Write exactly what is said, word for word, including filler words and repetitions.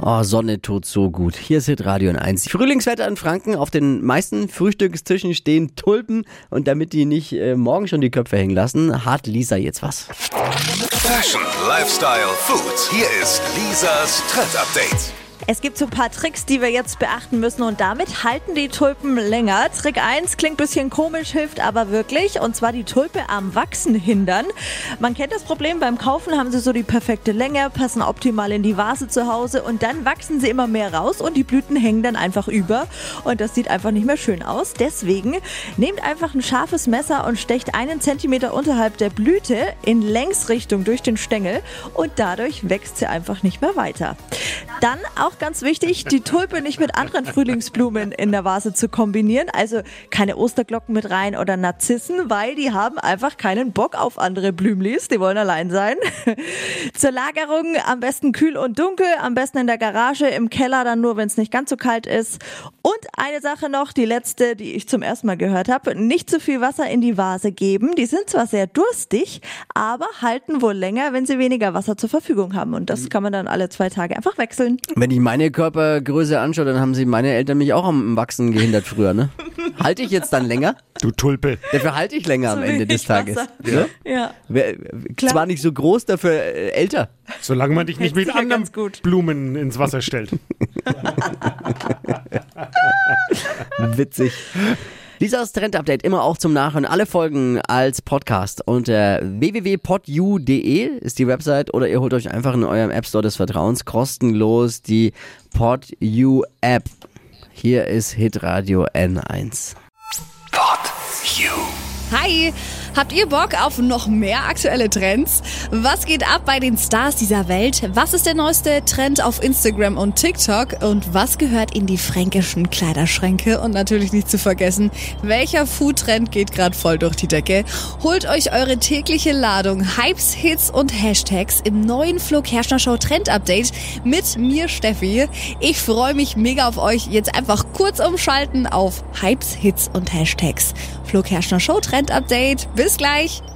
Oh, Sonne tut so gut. Hier ist Hitradio N eins. Frühlingswetter in Franken. Auf den meisten Frühstückstischen stehen Tulpen. Und damit die nicht äh, morgen schon die Köpfe hängen lassen, hat Lisa jetzt was. Fashion, Lifestyle, Food. Hier ist Lisas Trend Update. Es gibt so ein paar Tricks, die wir jetzt beachten müssen und damit halten die Tulpen länger. Trick eins klingt ein bisschen komisch, hilft aber wirklich, und zwar die Tulpe am Wachsen hindern. Man kennt das Problem, beim Kaufen haben sie so die perfekte Länge, passen optimal in die Vase zu Hause und dann wachsen sie immer mehr raus und die Blüten hängen dann einfach über und das sieht einfach nicht mehr schön aus. Deswegen nehmt einfach ein scharfes Messer und stecht einen Zentimeter unterhalb der Blüte in Längsrichtung durch den Stängel und dadurch wächst sie einfach nicht mehr weiter. Dann auch ganz wichtig, die Tulpe nicht mit anderen Frühlingsblumen in der Vase zu kombinieren. Also keine Osterglocken mit rein oder Narzissen, weil die haben einfach keinen Bock auf andere Blümlis. Die wollen allein sein. Zur Lagerung am besten kühl und dunkel, am besten in der Garage, im Keller dann nur, wenn es nicht ganz so kalt ist. Und eine Sache noch, die letzte, die ich zum ersten Mal gehört habe, nicht zu viel Wasser in die Vase geben. Die sind zwar sehr durstig, aber halten wohl länger, wenn sie weniger Wasser zur Verfügung haben. Und das kann man dann alle zwei Tage einfach wechseln. Wenn ich meine Körpergröße anschaue, dann haben sie meine Eltern mich auch am Wachsen gehindert früher, ne? Halte ich jetzt dann länger? Du Tulpe. Dafür halte ich länger So am Ende des Tages. Ja. Ja. Wär- Zwar nicht so groß, dafür äh, älter. Solange man dich nicht Hält mit sich ja anderen ganz gut. Blumen ins Wasser stellt. Witzig. Lisas Trend-Update immer auch zum Nachhören. Alle Folgen als Podcast unter w w w punkt pod u punkt d e ist die Website oder ihr holt euch einfach in eurem App Store des Vertrauens kostenlos die PodU App. Hier ist Hitradio N eins. Pod You. Hi, habt ihr Bock auf noch mehr aktuelle Trends? Was geht ab bei den Stars dieser Welt? Was ist der neueste Trend auf Instagram und TikTok? Und was gehört in die fränkischen Kleiderschränke? Und natürlich nicht zu vergessen, welcher Food-Trend geht gerade voll durch die Decke? Holt euch eure tägliche Ladung Hypes, Hits und Hashtags im neuen Flo Kerschner Show Trend Update mit mir, Steffi. Ich freue mich mega auf euch. Jetzt einfach kurz umschalten auf Hypes, Hits und Hashtags. Flo Kerschner Show Trend Update. Bis gleich.